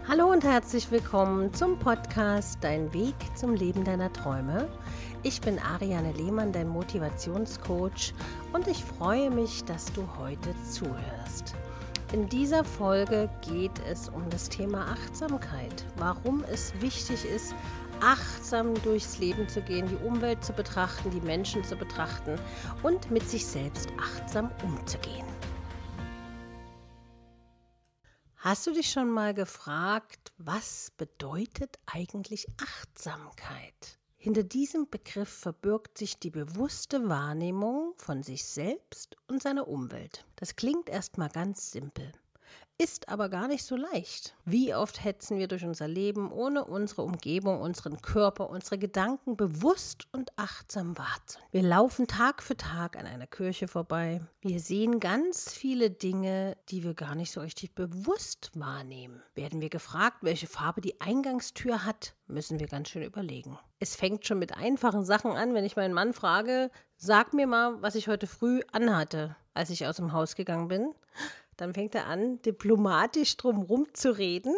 Hallo und herzlich willkommen zum Podcast Dein Weg zum Leben deiner Träume. Ich bin Ariane Lehmann, dein Motivationscoach, und ich freue mich, dass du heute zuhörst. In dieser Folge geht es um das Thema Achtsamkeit, warum es wichtig ist, achtsam durchs Leben zu gehen, die Umwelt zu betrachten, die Menschen zu betrachten und mit sich selbst achtsam umzugehen. Hast du dich schon mal gefragt, was bedeutet eigentlich Achtsamkeit? Hinter diesem Begriff verbirgt sich die bewusste Wahrnehmung von sich selbst und seiner Umwelt. Das klingt erstmal ganz simpel, ist aber gar nicht so leicht. Wie oft hetzen wir durch unser Leben, ohne unsere Umgebung, unseren Körper, unsere Gedanken bewusst und achtsam wahrzunehmen. Wir laufen Tag für Tag an einer Kirche vorbei. Wir sehen ganz viele Dinge, die wir gar nicht so richtig bewusst wahrnehmen. Werden wir gefragt, welche Farbe die Eingangstür hat, müssen wir ganz schön überlegen. Es fängt schon mit einfachen Sachen an, wenn ich meinen Mann frage, sag mir mal, was ich heute früh anhatte, als ich aus dem Haus gegangen bin. Dann fängt er an, diplomatisch drumherum zu reden.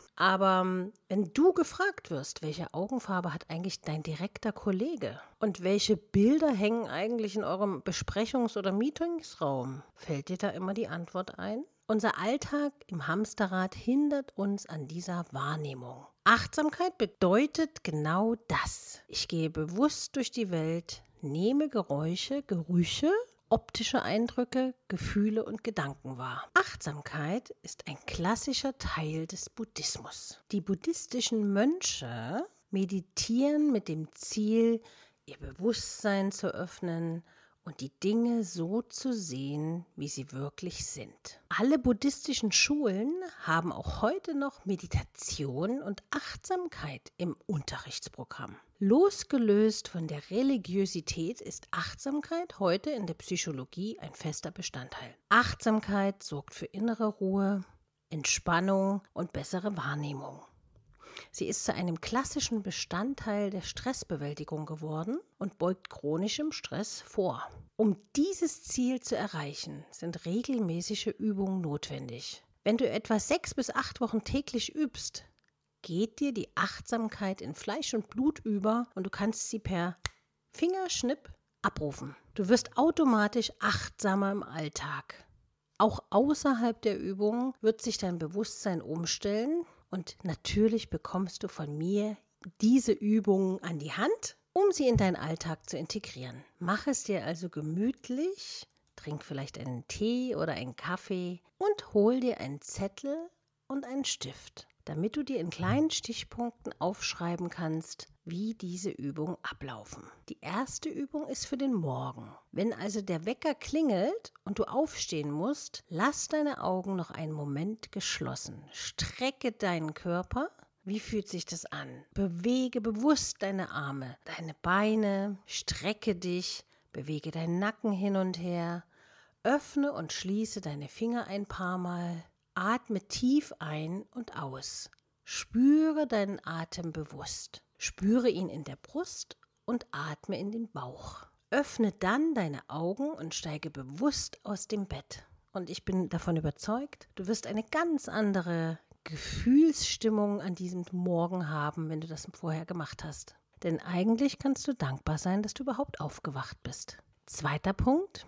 Aber wenn du gefragt wirst, welche Augenfarbe hat eigentlich dein direkter Kollege und welche Bilder hängen eigentlich in eurem Besprechungs- oder Meetingsraum, fällt dir da immer die Antwort ein? Unser Alltag im Hamsterrad hindert uns an dieser Wahrnehmung. Achtsamkeit bedeutet genau das. Ich gehe bewusst durch die Welt, nehme Geräusche, Gerüche, optische Eindrücke, Gefühle und Gedanken wahr. Achtsamkeit ist ein klassischer Teil des Buddhismus. Die buddhistischen Mönche meditieren mit dem Ziel, ihr Bewusstsein zu öffnen und die Dinge so zu sehen, wie sie wirklich sind. Alle buddhistischen Schulen haben auch heute noch Meditation und Achtsamkeit im Unterrichtsprogramm. Losgelöst von der Religiosität ist Achtsamkeit heute in der Psychologie ein fester Bestandteil. Achtsamkeit sorgt für innere Ruhe, Entspannung und bessere Wahrnehmung. Sie ist zu einem klassischen Bestandteil der Stressbewältigung geworden und beugt chronischem Stress vor. Um dieses Ziel zu erreichen, sind regelmäßige Übungen notwendig. Wenn du etwa 6 bis 8 Wochen täglich übst, geht dir die Achtsamkeit in Fleisch und Blut über und du kannst sie per Fingerschnipp abrufen. Du wirst automatisch achtsamer im Alltag. Auch außerhalb der Übung wird sich dein Bewusstsein umstellen und natürlich bekommst du von mir diese Übungen an die Hand, um sie in deinen Alltag zu integrieren. Mach es dir also gemütlich, trink vielleicht einen Tee oder einen Kaffee und hol dir einen Zettel und einen Stift, damit du dir in kleinen Stichpunkten aufschreiben kannst, wie diese Übungen ablaufen. Die erste Übung ist für den Morgen. Wenn also der Wecker klingelt und du aufstehen musst, lass deine Augen noch einen Moment geschlossen. Strecke deinen Körper. Wie fühlt sich das an? Bewege bewusst deine Arme, deine Beine, strecke dich, bewege deinen Nacken hin und her, öffne und schließe deine Finger ein paar Mal. Atme tief ein und aus. Spüre deinen Atem bewusst. Spüre ihn in der Brust und atme in den Bauch. Öffne dann deine Augen und steige bewusst aus dem Bett. Und ich bin davon überzeugt, du wirst eine ganz andere Gefühlsstimmung an diesem Morgen haben, wenn du das vorher gemacht hast. Denn eigentlich kannst du dankbar sein, dass du überhaupt aufgewacht bist. Zweiter Punkt,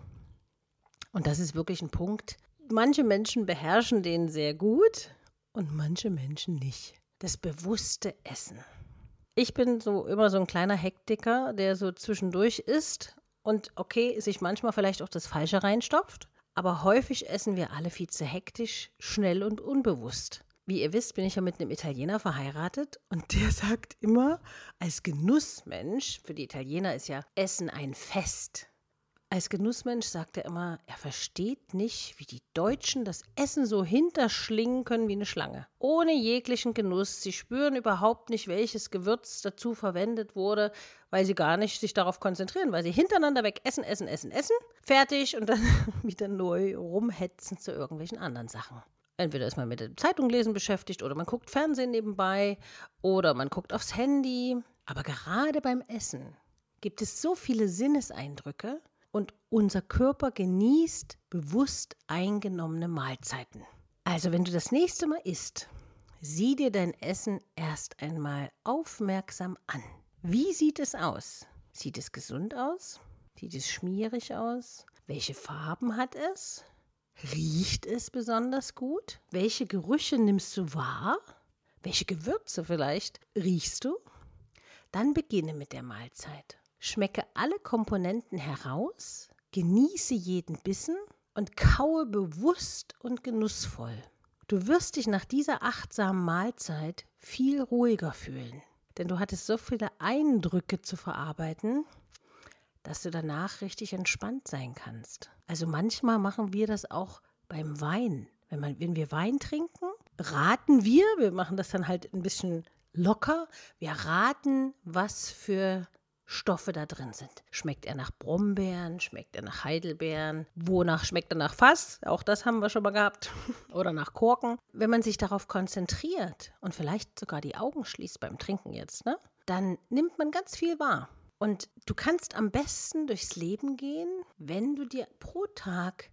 und das ist wirklich ein Punkt, manche Menschen beherrschen den sehr gut und manche Menschen nicht. Das bewusste Essen. Ich bin immer so ein kleiner Hektiker, der so zwischendurch isst und sich manchmal vielleicht auch das Falsche reinstopft. Aber häufig essen wir alle viel zu hektisch, schnell und unbewusst. Wie ihr wisst, bin ich ja mit einem Italiener verheiratet und der sagt immer, als Genussmensch, für die Italiener ist ja Essen ein Fest. Als Genussmensch sagt er immer, er versteht nicht, wie die Deutschen das Essen so hinterschlingen können wie eine Schlange. Ohne jeglichen Genuss. Sie spüren überhaupt nicht, welches Gewürz dazu verwendet wurde, weil sie gar nicht sich darauf konzentrieren, weil sie hintereinander weg essen, fertig und dann wieder neu rumhetzen zu irgendwelchen anderen Sachen. Entweder ist man mit dem Zeitunglesen beschäftigt oder man guckt Fernsehen nebenbei oder man guckt aufs Handy. Aber gerade beim Essen gibt es so viele Sinneseindrücke, und unser Körper genießt bewusst eingenommene Mahlzeiten. Also wenn du das nächste Mal isst, Sieh dir dein Essen erst einmal aufmerksam an. Wie sieht es aus? Sieht es gesund aus? Sieht es schmierig aus? Welche Farben hat es? Riecht es besonders gut? Welche Gerüche nimmst du wahr? Welche Gewürze vielleicht riechst du? Dann beginne mit der Mahlzeit. Schmecke alle Komponenten heraus, genieße jeden Bissen und kaue bewusst und genussvoll. Du wirst dich nach dieser achtsamen Mahlzeit viel ruhiger fühlen, denn du hattest so viele Eindrücke zu verarbeiten, dass du danach richtig entspannt sein kannst. Also manchmal machen wir das auch beim Wein. Wenn wir Wein trinken, wir machen das dann halt ein bisschen locker, wir raten, was für Stoffe da drin sind. Schmeckt er nach Brombeeren? Schmeckt er nach Heidelbeeren? Wonach schmeckt er nach Fass? Auch das haben wir schon mal gehabt. Oder nach Korken. Wenn man sich darauf konzentriert und vielleicht sogar die Augen schließt beim Trinken jetzt, dann nimmt man ganz viel wahr. Und du kannst am besten durchs Leben gehen, wenn du dir pro Tag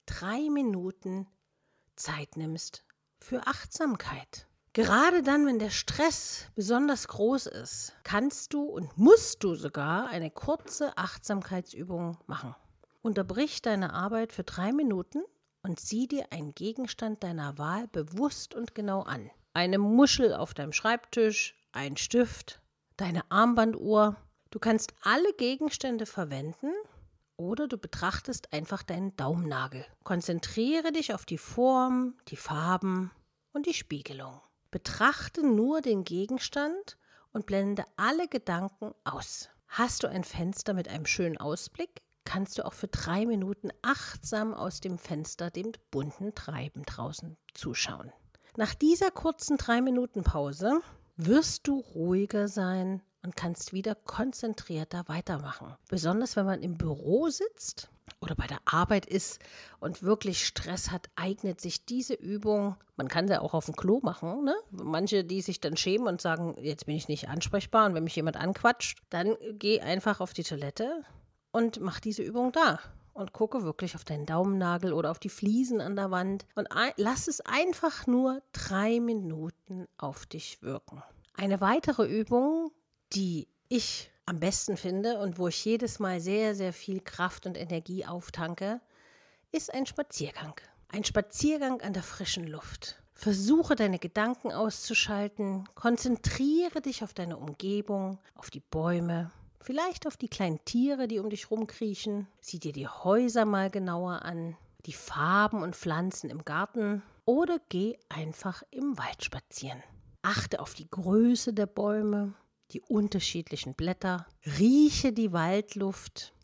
3 Minuten Zeit nimmst für Achtsamkeit. Gerade dann, wenn der Stress besonders groß ist, kannst du und musst du sogar eine kurze Achtsamkeitsübung machen. Unterbrich deine Arbeit für 3 Minuten und sieh dir einen Gegenstand deiner Wahl bewusst und genau an. Eine Muschel auf deinem Schreibtisch, ein Stift, deine Armbanduhr. Du kannst alle Gegenstände verwenden oder du betrachtest einfach deinen Daumennagel. Konzentriere dich auf die Form, die Farben und die Spiegelung. Betrachte nur den Gegenstand und blende alle Gedanken aus. Hast du ein Fenster mit einem schönen Ausblick, kannst du auch für 3 Minuten achtsam aus dem Fenster dem bunten Treiben draußen zuschauen. Nach dieser kurzen 3-Minuten-Pause wirst du ruhiger sein und kannst wieder konzentrierter weitermachen. Besonders wenn man im Büro sitzt oder bei der Arbeit ist und wirklich Stress hat, eignet sich diese Übung. Man kann sie auch auf dem Klo machen. Manche, die sich dann schämen und sagen, jetzt bin ich nicht ansprechbar und wenn mich jemand anquatscht, dann geh einfach auf die Toilette und mach diese Übung da. Und gucke wirklich auf deinen Daumennagel oder auf die Fliesen an der Wand und lass es einfach nur 3 Minuten auf dich wirken. Eine weitere Übung, die ich am besten finde und wo ich jedes Mal sehr, sehr viel Kraft und Energie auftanke, ist ein Spaziergang. Ein Spaziergang an der frischen Luft. Versuche deine Gedanken auszuschalten, konzentriere dich auf deine Umgebung, auf die Bäume, vielleicht auf die kleinen Tiere, die um dich rumkriechen. Sieh dir die Häuser mal genauer an, die Farben und Pflanzen im Garten oder geh einfach im Wald spazieren. Achte auf die Größe der Bäume, die unterschiedlichen Blätter, rieche die Waldluft,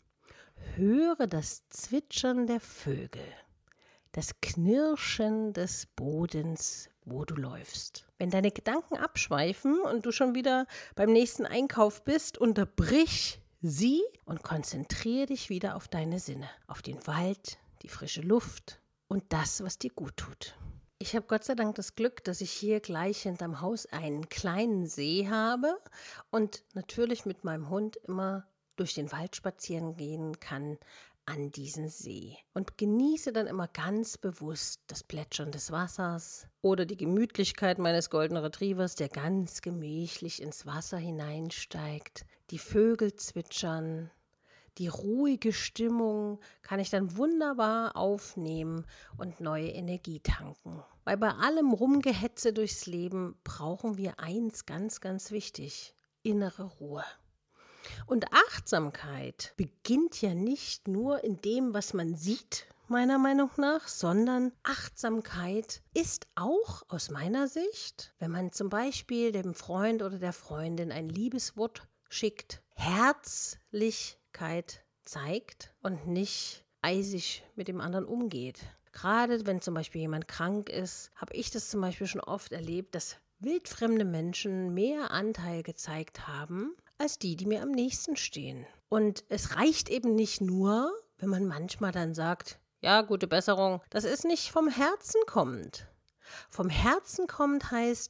höre das Zwitschern der Vögel, das Knirschen des Bodens, wo du läufst. Wenn deine Gedanken abschweifen und du schon wieder beim nächsten Einkauf bist, unterbrich sie und konzentriere dich wieder auf deine Sinne, auf den Wald, die frische Luft und das, was dir gut tut. Ich habe Gott sei Dank das Glück, dass ich hier gleich hinterm Haus einen kleinen See habe und natürlich mit meinem Hund immer durch den Wald spazieren gehen kann an diesen See und genieße dann immer ganz bewusst das Plätschern des Wassers oder die Gemütlichkeit meines Golden Retrievers, der ganz gemächlich ins Wasser hineinsteigt, die Vögel zwitschern. Die ruhige Stimmung kann ich dann wunderbar aufnehmen und neue Energie tanken. Weil bei allem Rumgehetze durchs Leben brauchen wir eins ganz, ganz wichtig: innere Ruhe. Und Achtsamkeit beginnt ja nicht nur in dem, was man sieht, meiner Meinung nach, sondern Achtsamkeit ist auch aus meiner Sicht, wenn man zum Beispiel dem Freund oder der Freundin ein Liebeswort schickt, Herzlichkeit zeigt und nicht eisig mit dem anderen umgeht. Gerade wenn zum Beispiel jemand krank ist, habe ich das zum Beispiel schon oft erlebt, dass wildfremde Menschen mehr Anteil gezeigt haben, als die mir am nächsten stehen. Und es reicht eben nicht nur, wenn man manchmal dann sagt, ja, gute Besserung, das ist nicht vom Herzen kommend. Vom Herzen kommend heißt,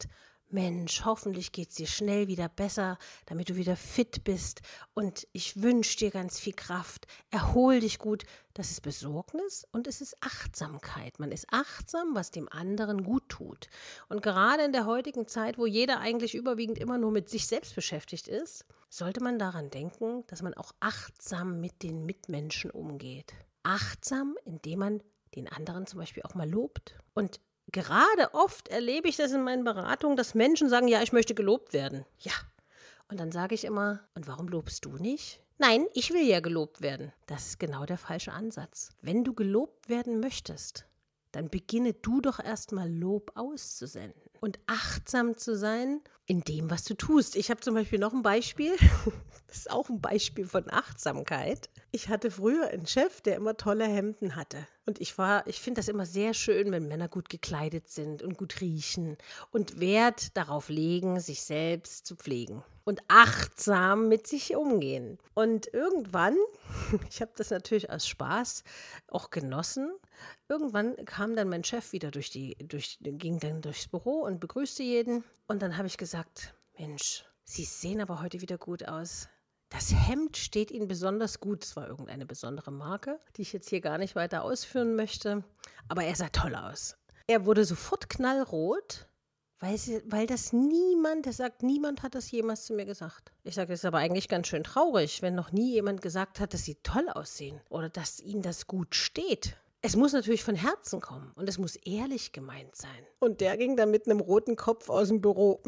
Mensch, hoffentlich geht es dir schnell wieder besser, damit du wieder fit bist und ich wünsche dir ganz viel Kraft, erhol dich gut. Das ist Besorgnis und es ist Achtsamkeit. Man ist achtsam, was dem anderen gut tut. Und gerade in der heutigen Zeit, wo jeder eigentlich überwiegend immer nur mit sich selbst beschäftigt ist, sollte man daran denken, dass man auch achtsam mit den Mitmenschen umgeht. Achtsam, indem man den anderen zum Beispiel auch mal lobt. Und gerade oft erlebe ich das in meinen Beratungen, dass Menschen sagen, ja, ich möchte gelobt werden. Ja. Und dann sage ich immer, und warum lobst du nicht? Nein, ich will ja gelobt werden. Das ist genau der falsche Ansatz. Wenn du gelobt werden möchtest, dann beginne du doch erstmal Lob auszusenden und achtsam zu sein in dem, was du tust. Ich habe zum Beispiel noch ein Beispiel, das ist auch ein Beispiel von Achtsamkeit. Ich hatte früher einen Chef, der immer tolle Hemden hatte. Und ich finde das immer sehr schön, wenn Männer gut gekleidet sind und gut riechen und Wert darauf legen, sich selbst zu pflegen und achtsam mit sich umgehen. Und irgendwann, ich habe das natürlich aus Spaß auch genossen, irgendwann kam dann mein Chef wieder ging dann durchs Büro und begrüßte jeden. Und dann habe ich gesagt, Mensch, Sie sehen aber heute wieder gut aus. Das Hemd steht Ihnen besonders gut. Es war irgendeine besondere Marke, die ich jetzt hier gar nicht weiter ausführen möchte. Aber er sah toll aus. Er wurde sofort knallrot, weil das niemand, er sagt, niemand hat das jemals zu mir gesagt. Ich sage, das ist aber eigentlich ganz schön traurig, wenn noch nie jemand gesagt hat, dass Sie toll aussehen oder dass Ihnen das gut steht. Es muss natürlich von Herzen kommen und es muss ehrlich gemeint sein. Und der ging dann mit einem roten Kopf aus dem Büro.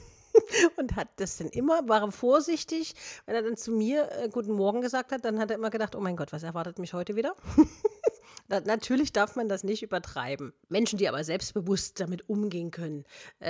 Und hat das dann immer, war vorsichtig, wenn er dann zu mir Guten Morgen gesagt hat, dann hat er immer gedacht, oh mein Gott, was erwartet mich heute wieder? Natürlich darf man das nicht übertreiben. Menschen, die aber selbstbewusst damit umgehen können,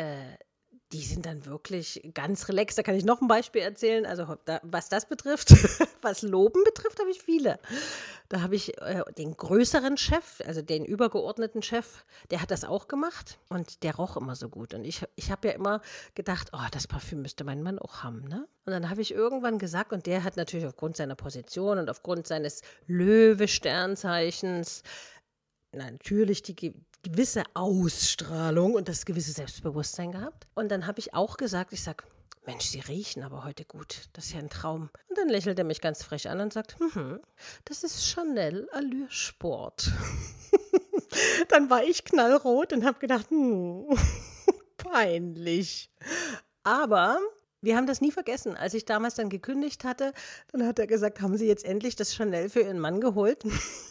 die sind dann wirklich ganz relaxed. Da kann ich noch ein Beispiel erzählen. Also was das betrifft, was Loben betrifft, habe ich viele. Da habe ich den größeren Chef, also den übergeordneten Chef, der hat das auch gemacht und der roch immer so gut. Und ich habe ja immer gedacht, oh, das Parfüm müsste mein Mann auch haben, ne? Und dann habe ich irgendwann gesagt, und der hat natürlich aufgrund seiner Position und aufgrund seines Löwe-Sternzeichens natürlich die gewisse Ausstrahlung und das gewisse Selbstbewusstsein gehabt. Und dann habe ich auch gesagt, ich sage, Mensch, Sie riechen aber heute gut. Das ist ja ein Traum. Und dann lächelt er mich ganz frech an und sagt, das ist Chanel Allure Sport. Dann war ich knallrot und habe gedacht, peinlich. Aber wir haben das nie vergessen. Als ich damals dann gekündigt hatte, dann hat er gesagt, haben Sie jetzt endlich das Chanel für Ihren Mann geholt?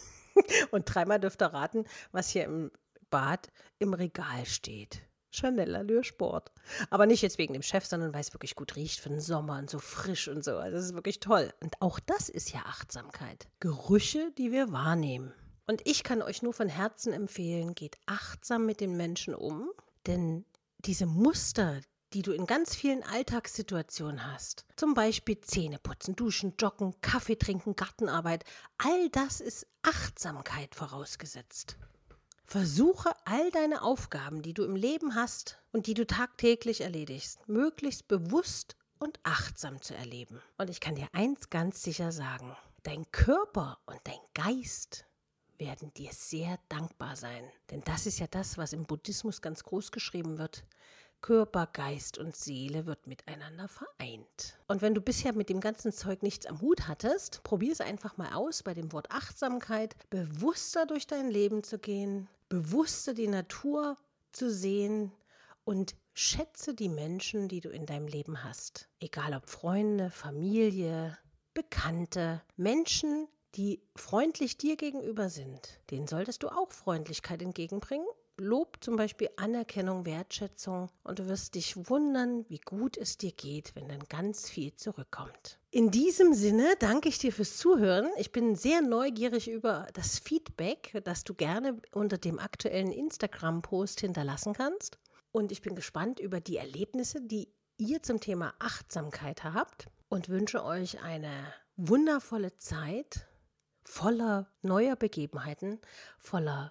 Und dreimal dürft ihr raten, was hier im Bad im Regal steht. Chanel Allure Sport. Aber nicht jetzt wegen dem Chef, sondern weil es wirklich gut riecht für den Sommer und so frisch und so. Also das ist wirklich toll. Und auch das ist ja Achtsamkeit. Gerüche, die wir wahrnehmen. Und ich kann euch nur von Herzen empfehlen, geht achtsam mit den Menschen um. Denn diese Muster, die du in ganz vielen Alltagssituationen hast, zum Beispiel Zähne putzen, duschen, joggen, Kaffee trinken, Gartenarbeit, all das ist Achtsamkeit vorausgesetzt. Versuche all deine Aufgaben, die du im Leben hast und die du tagtäglich erledigst, möglichst bewusst und achtsam zu erleben. Und ich kann dir eins ganz sicher sagen, dein Körper und dein Geist werden dir sehr dankbar sein. Denn das ist ja das, was im Buddhismus ganz groß geschrieben wird. Körper, Geist und Seele wird miteinander vereint. Und wenn du bisher mit dem ganzen Zeug nichts am Hut hattest, probier es einfach mal aus, bei dem Wort Achtsamkeit bewusster durch dein Leben zu gehen, bewusster die Natur zu sehen und schätze die Menschen, die du in deinem Leben hast. Egal ob Freunde, Familie, Bekannte, Menschen, die freundlich dir gegenüber sind. Denen solltest du auch Freundlichkeit entgegenbringen. Lob, zum Beispiel Anerkennung, Wertschätzung und du wirst dich wundern, wie gut es dir geht, wenn dann ganz viel zurückkommt. In diesem Sinne danke ich dir fürs Zuhören. Ich bin sehr neugierig über das Feedback, das du gerne unter dem aktuellen Instagram-Post hinterlassen kannst. Und ich bin gespannt über die Erlebnisse, die ihr zum Thema Achtsamkeit habt und wünsche euch eine wundervolle Zeit voller neuer Begebenheiten, voller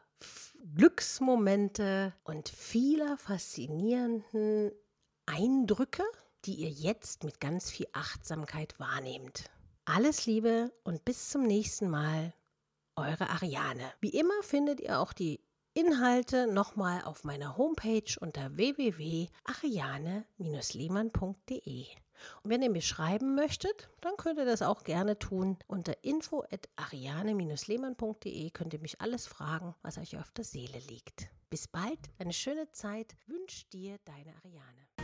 Glücksmomente und vieler faszinierenden Eindrücke, die ihr jetzt mit ganz viel Achtsamkeit wahrnehmt. Alles Liebe und bis zum nächsten Mal, eure Ariane. Wie immer findet ihr auch die Inhalte nochmal auf meiner Homepage unter www.ariane-lehmann.de. Und wenn ihr mir schreiben möchtet, dann könnt ihr das auch gerne tun. Unter info@ariane-lehmann.de könnt ihr mich alles fragen, was euch auf der Seele liegt. Bis bald, eine schöne Zeit wünscht dir deine Ariane.